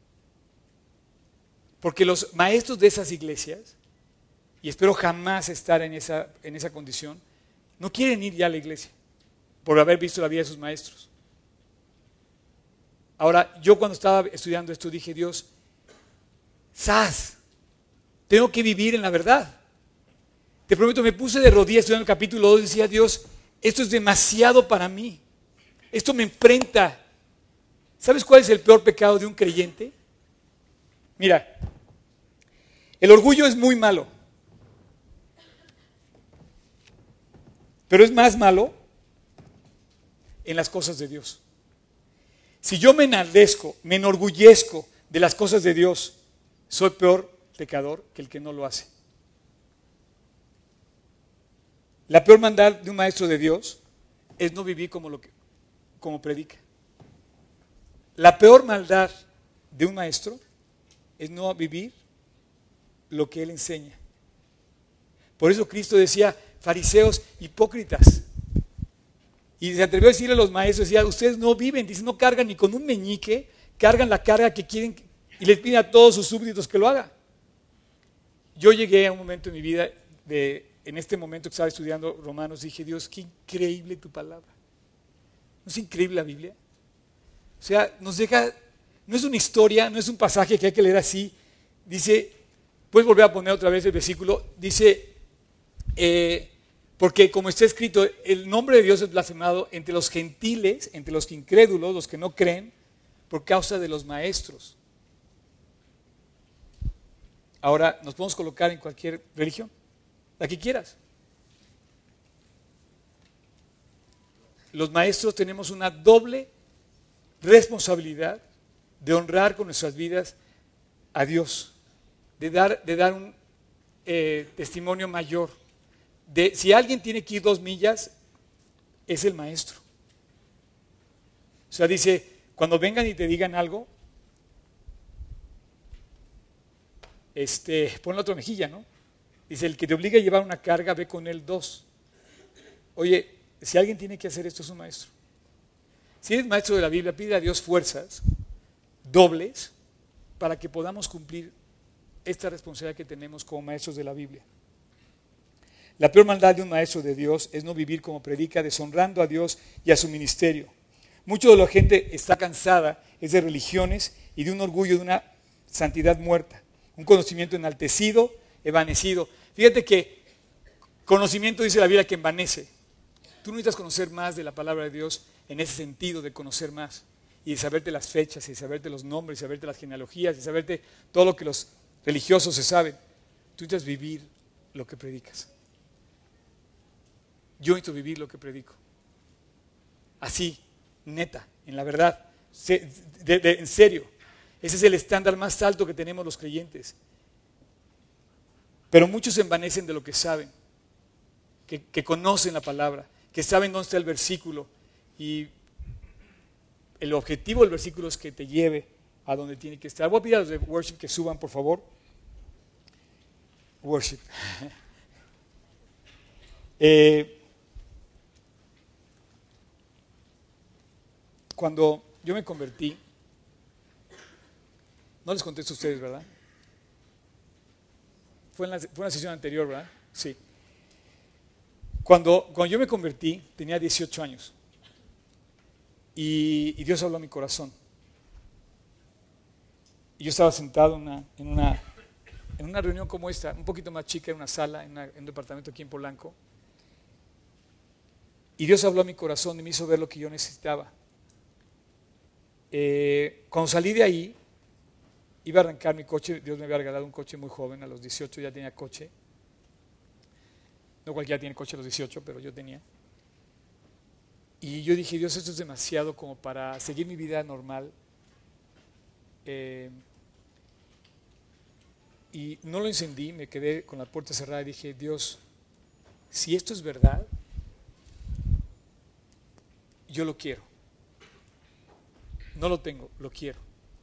S1: Porque los maestros de esas iglesias, y espero jamás estar en esa, en esa condición, no quieren ir ya a la iglesia por haber visto la vida de sus maestros. Ahora, yo cuando estaba estudiando esto dije, Dios, ¡zas! Tengo que vivir en la verdad. Te prometo, me puse de rodillas estudiando el capítulo dos y decía, Dios, esto es demasiado para mí. Esto me enfrenta. ¿Sabes cuál es el peor pecado de un creyente? Mira, el orgullo es muy malo, pero es más malo en las cosas de Dios. Si yo me enardezco, me enorgullezco de las cosas de Dios, soy peor pecador que el que no lo hace. La peor maldad de un maestro de Dios es no vivir como, lo que, como predica. La peor maldad de un maestro es no vivir lo que él enseña. Por eso Cristo decía, fariseos hipócritas. Y se atrevió a decirle a los maestros, decía, ustedes no viven, dice, no cargan ni con un meñique, cargan la carga que quieren y les piden a todos sus súbditos que lo hagan. Yo llegué a un momento en mi vida, de, en este momento que estaba estudiando Romanos, dije, Dios, qué increíble tu palabra. ¿No es increíble la Biblia? O sea, nos deja, no es una historia, no es un pasaje que hay que leer así. Dice, puedes volver a poner otra vez el versículo, dice, eh, porque como está escrito, el nombre de Dios es blasfemado entre los gentiles, entre los incrédulos, los que no creen, por causa de los maestros. Ahora, nos podemos colocar en cualquier religión, la que quieras. Los maestros tenemos una doble responsabilidad de honrar con nuestras vidas a Dios, de dar, de dar un eh, testimonio mayor. De, si alguien tiene que ir dos millas, es el maestro. O sea, dice, cuando vengan y te digan algo, este, pon la otra mejilla, ¿no? Dice, el que te obliga a llevar una carga, ve con él dos. Oye, si alguien tiene que hacer esto, es un maestro. Si eres maestro de la Biblia, pide a Dios fuerzas dobles para que podamos cumplir esta responsabilidad que tenemos como maestros de la Biblia. La peor maldad de un maestro de Dios es no vivir como predica, deshonrando a Dios y a su ministerio. Mucho de la gente está cansada es de religiones y de un orgullo de una santidad muerta, un conocimiento enaltecido, evanecido. Fíjate que conocimiento dice la Biblia que envanece. Tú necesitas conocer más de la palabra de Dios en ese sentido de conocer más y de saberte las fechas y de saberte los nombres y saberte las genealogías y saberte todo lo que los religiosos se saben. Tú necesitas vivir lo que predicas. Yo necesito vivir lo que predico. Así, neta, en la verdad, de, de, en serio. Ese es el estándar más alto que tenemos los creyentes. Pero muchos se envanecen de lo que saben, que, que conocen la palabra, que saben dónde está el versículo y el objetivo del versículo es que te lleve a donde tiene que estar. Voy a pedir a los de worship que suban, por favor. Worship. eh, Cuando yo me convertí, no les contesto a ustedes, ¿verdad? Fue en la, fue en la sesión anterior, ¿verdad? Sí. Cuando, cuando yo me convertí, tenía dieciocho años. Y, y Dios habló a mi corazón. Y yo estaba sentado en una, en, una, en una reunión como esta, un poquito más chica, en una sala, en, una, en un departamento aquí en Polanco. Y Dios habló a mi corazón y me hizo ver lo que yo necesitaba. Eh, cuando salí de ahí, iba a arrancar mi coche. Dios me había regalado un coche muy joven, a los dieciocho ya tenía coche. No cualquiera tiene coche a los dieciocho, pero yo tenía. Y yo dije, Dios, esto es demasiado como para seguir mi vida normal. Eh, y no lo encendí, me quedé con la puerta cerrada y dije, Dios, si esto es verdad, yo lo quiero. No lo tengo, lo quiero.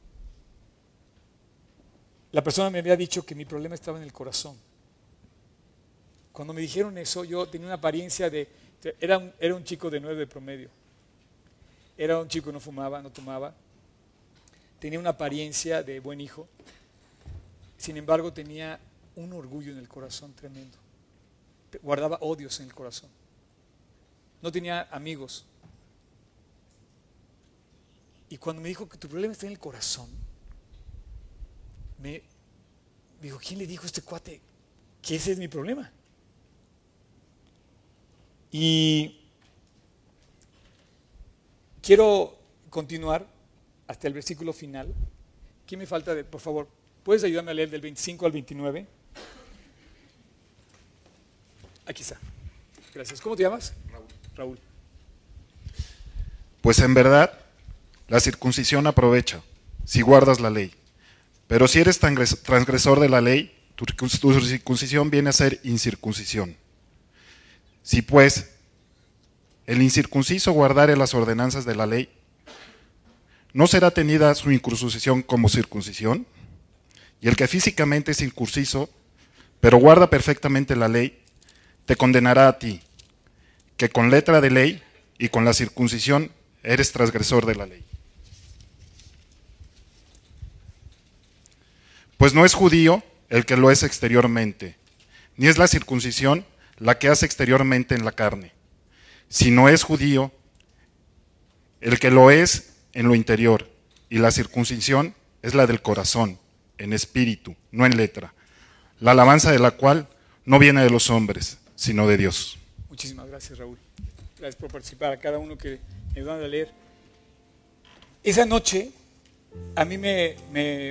S1: La persona me había dicho que mi problema estaba en el corazón. Cuando me dijeron eso, yo tenía una apariencia de... Era un, era un chico de nueve de promedio. Era un chico que no fumaba, no tomaba. Tenía una apariencia de buen hijo. Sin embargo, tenía un orgullo en el corazón tremendo. Guardaba odios en el corazón. No tenía amigos. Y cuando me dijo que tu problema está en el corazón, me dijo, ¿quién le dijo a este cuate que ese es mi problema? Y quiero continuar hasta el versículo final. ¿Qué me falta? De, por favor, ¿puedes ayudarme a leer del veinticinco al veintinueve? Aquí está. Gracias. ¿Cómo te llamas?
S5: Raúl.
S1: Raúl.
S5: Pues en verdad, la circuncisión aprovecha, si guardas la ley. Pero si eres transgresor de la ley, tu circuncisión viene a ser incircuncisión. Si pues el incircunciso guardare las ordenanzas de la ley, ¿no será tenida su incircuncisión como circuncisión? Y el que físicamente es incircunciso, pero guarda perfectamente la ley, te condenará a ti, que con letra de ley y con la circuncisión eres transgresor de la ley. Pues no es judío el que lo es exteriormente, ni es la circuncisión la que hace exteriormente en la carne, sino es judío el que lo es en lo interior, y la circuncisión es la del corazón, en espíritu, no en letra, la alabanza de la cual no viene de los hombres, sino de Dios.
S1: Muchísimas gracias, Raúl. Gracias por participar, a cada uno que me ayudaron a leer. Esa noche a mí me, me,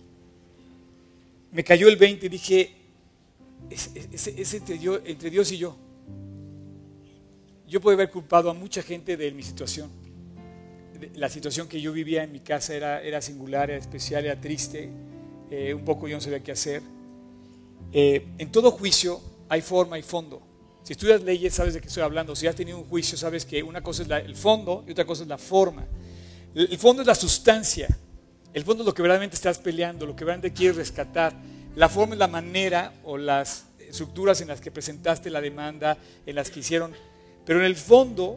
S1: me cayó el veinte y dije, es, es, es entre, Dios, entre Dios y yo. Yo puedo haber culpado a mucha gente de mi situación. La situación que yo vivía en mi casa era, era singular, era especial, era triste. Eh, un poco yo no sabía qué hacer. Eh, en todo juicio hay forma y fondo. Si estudias leyes sabes de qué estoy hablando. Si has tenido un juicio sabes que una cosa es la, el fondo y otra cosa es la forma. El, el fondo es la sustancia. El fondo es lo que verdaderamente estás peleando, lo que verdaderamente quieres rescatar. La forma es la manera o las estructuras en las que presentaste la demanda, en las que hicieron. Pero en el fondo,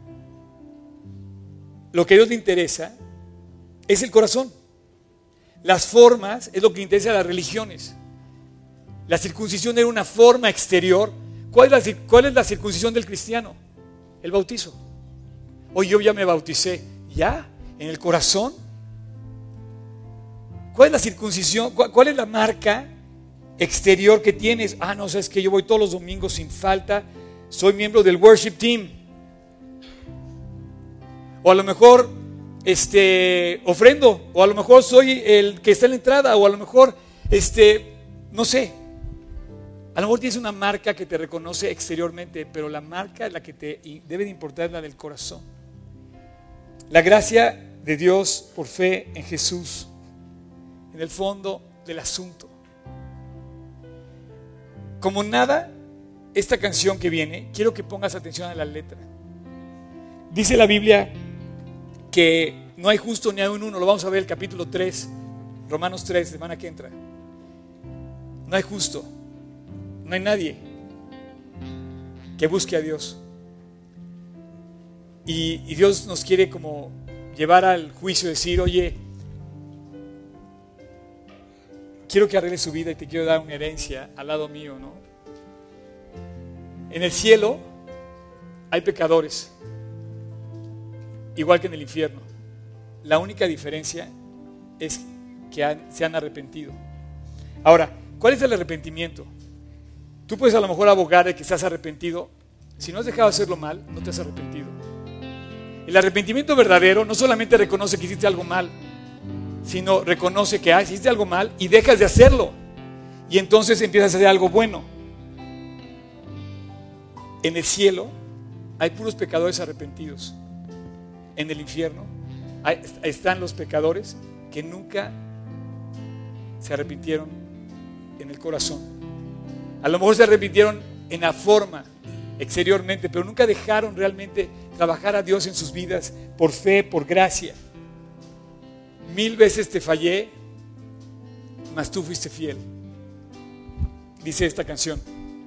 S1: lo que a Dios le interesa es el corazón. Las formas es lo que interesa a las religiones. La circuncisión era una forma exterior ¿Cuál es la, cuál es la circuncisión del cristiano? El bautizo. Oye, yo ya me bauticé. ¿Ya? ¿En el corazón? ¿Cuál es la circuncisión? ¿Cuál, cuál es la marca exterior que tienes? Ah, no, sabes que yo voy todos los domingos sin falta. Soy miembro del worship team. O a lo mejor este, ofrendo. O a lo mejor soy el que está en la entrada. O a lo mejor, este, no sé. A lo mejor tienes una marca que te reconoce exteriormente, pero la marca, la que te debe de importar, es la del corazón. La gracia de Dios por fe en Jesús, en el fondo del asunto. Como nada, esta canción que viene, quiero que pongas atención a la letra. Dice la Biblia que no hay justo ni hay un uno. Lo vamos a ver el capítulo tres, Romanos tres, semana que entra. No hay justo. No hay nadie que busque a Dios. Y, y Dios nos quiere como llevar al juicio, decir, oye, quiero que arregles su vida y te quiero dar una herencia al lado mío, ¿no? En el cielo hay pecadores, igual que en el infierno. La única diferencia es que han, se han arrepentido. Ahora, ¿cuál es el arrepentimiento? Tú puedes a lo mejor abogar de que estás arrepentido. Si no has dejado de hacerlo mal, no te has arrepentido. El arrepentimiento verdadero no solamente reconoce que hiciste algo mal, sino reconoce que ah, hiciste algo mal y dejas de hacerlo. Y entonces empiezas a hacer algo bueno. En el cielo hay puros pecadores arrepentidos. En el infierno hay, están los pecadores que nunca se arrepintieron en el corazón. A lo mejor se arrepintieron en la forma, exteriormente, pero nunca dejaron realmente trabajar a Dios en sus vidas por fe, por gracia. Mil veces te fallé, mas tú fuiste fiel. Dice esta canción.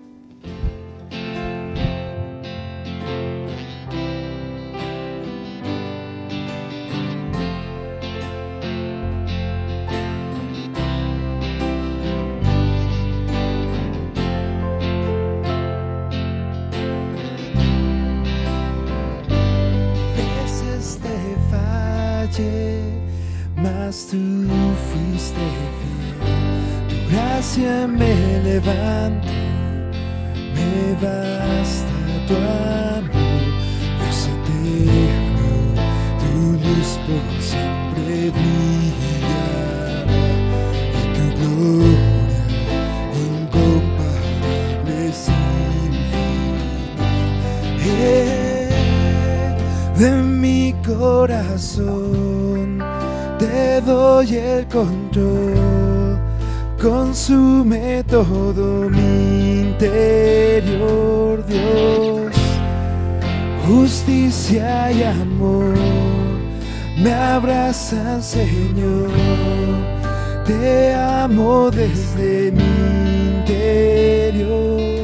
S6: Mas tú fuiste fiel, tu gracia me levanta, me basta tu amor, Dios eterno, tu luz por siempre brillará, y tu gloria incomparable sin fin. Eh, de mi corazón te doy el control, consume todo mi interior, Dios. Justicia y amor me abrazan, Señor. Te amo desde mi interior.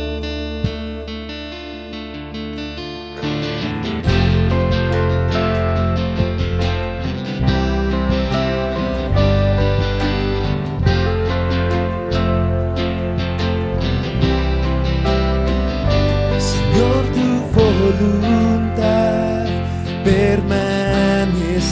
S6: Voluntad permanecerá,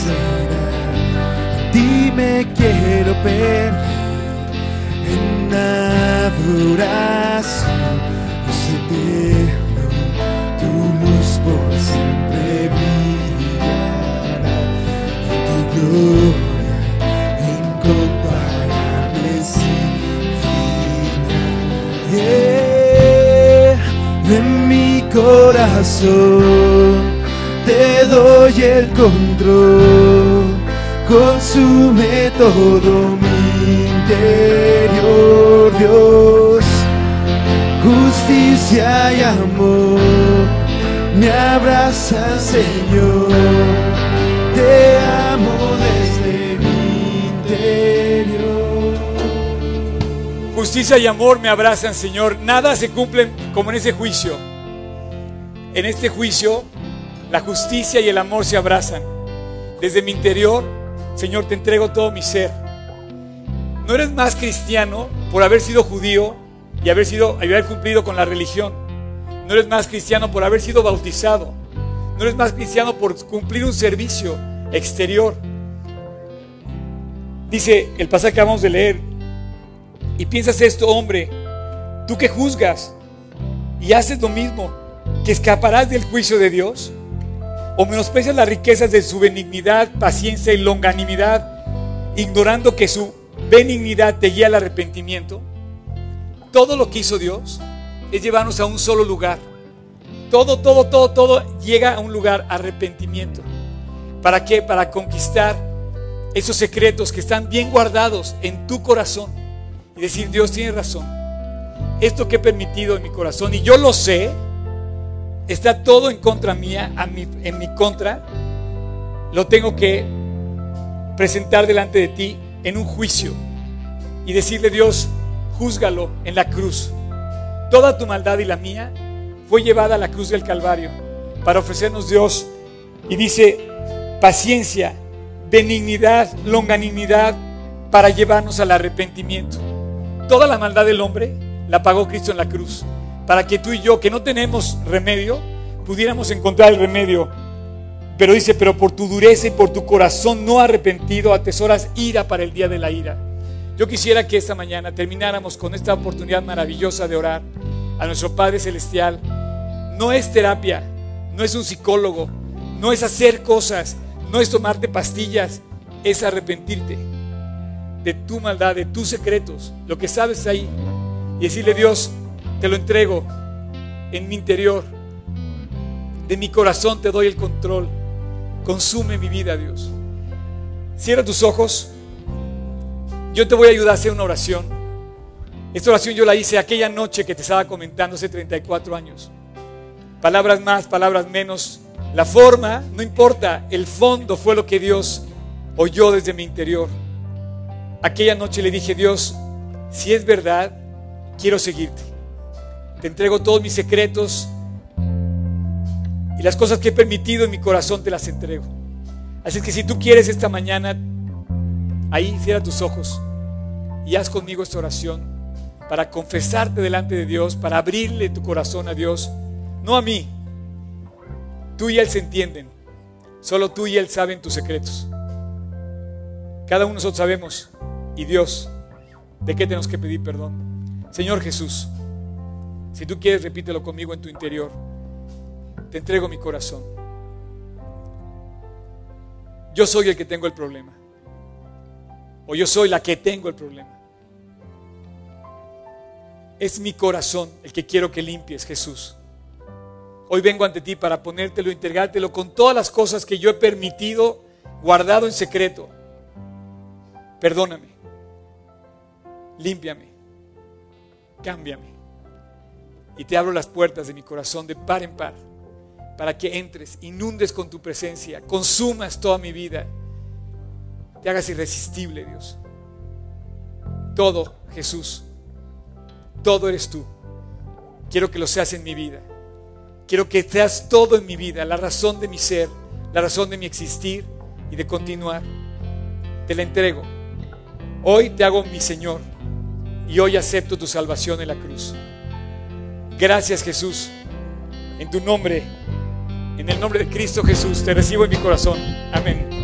S6: en ti me quiero perder en adoración, Dios eterno, tu luz por siempre brillará, y tu gloria incomparable sin fin. Yeah. De mi corazón te doy el control, consume todo mi interior, Dios. Justicia y amor me abrazan, Señor. Te amo desde mi interior.
S1: Justicia y amor me abrazan, Señor. Nada se cumple como en ese juicio. En este juicio, la justicia y el amor se abrazan. Desde mi interior, Señor, te entrego todo mi ser. No eres más cristiano por haber sido judío y haber sido, haber cumplido con la religión. No eres más cristiano por haber sido bautizado. No eres más cristiano por cumplir un servicio exterior. Dice el pasaje que acabamos de leer: y piensas esto, hombre, tú que juzgas y haces lo mismo, ¿que escaparás del juicio de Dios? ¿O menosprecias las riquezas de su benignidad, paciencia y longanimidad, ignorando que su benignidad te guía al arrepentimiento? Todo lo que hizo Dios es llevarnos a un solo lugar. Todo, todo, todo, todo llega a un lugar: arrepentimiento. ¿Para qué? Para conquistar esos secretos que están bien guardados en tu corazón y decir: Dios tiene razón, esto que he permitido en mi corazón, y yo lo sé, está todo en contra mía, a mi, en mi contra. Lo tengo que presentar delante de ti en un juicio y decirle: Dios, júzgalo en la cruz. Toda tu maldad y la mía fue llevada a la cruz del Calvario para ofrecernos Dios. Y dice: paciencia, benignidad, longanimidad, para llevarnos al arrepentimiento. Toda la maldad del hombre la pagó Cristo en la cruz, para que tú y yo, que no tenemos remedio, pudiéramos encontrar el remedio. Pero dice: pero por tu dureza y por tu corazón no arrepentido atesoras ira para el día de la ira. Yo quisiera que esta mañana termináramos con esta oportunidad maravillosa de orar a nuestro Padre Celestial. No es terapia, no es un psicólogo, no es hacer cosas, no es tomarte pastillas, es arrepentirte de tu maldad, de tus secretos, lo que sabes ahí, y decirle: Dios, te lo entrego en mi interior, de mi corazón te doy el control, consume mi vida, Dios. Cierra tus ojos. Yo te voy a ayudar a hacer una oración. Esta oración yo la hice aquella noche que te estaba comentando, hace treinta y cuatro años. Palabras más, palabras menos, la forma no importa, el fondo fue lo que Dios oyó desde mi interior. Aquella noche le dije: Dios, si es verdad, quiero seguirte. Te entrego todos mis secretos y las cosas que he permitido en mi corazón te las entrego. Así que si tú quieres esta mañana, ahí cierra tus ojos y haz conmigo esta oración para confesarte delante de Dios, para abrirle tu corazón a Dios, no a mí. Tú y Él se entienden, solo tú y Él saben tus secretos. Cada uno de nosotros sabemos, y Dios, ¿de qué tenemos que pedir perdón? Señor Jesús, si tú quieres, repítelo conmigo en tu interior: te entrego mi corazón. Yo soy el que tengo el problema, o yo soy la que tengo el problema. Es mi corazón el que quiero que limpies, Jesús. Hoy vengo ante ti para ponértelo, entregártelo con todas las cosas que yo he permitido, guardado en secreto. Perdóname, límpiame, cámbiame. Y te abro las puertas de mi corazón de par en par, para que entres, inundes con tu presencia, consumas toda mi vida, te hagas irresistible, Dios. Todo, Jesús, todo eres tú. Quiero que lo seas en mi vida. Quiero que seas todo en mi vida, la razón de mi ser, la razón de mi existir y de continuar. Te la entrego. Hoy te hago mi Señor y hoy acepto tu salvación en la cruz. Gracias, Jesús. En tu nombre, en el nombre de Cristo Jesús, te recibo en mi corazón. Amén.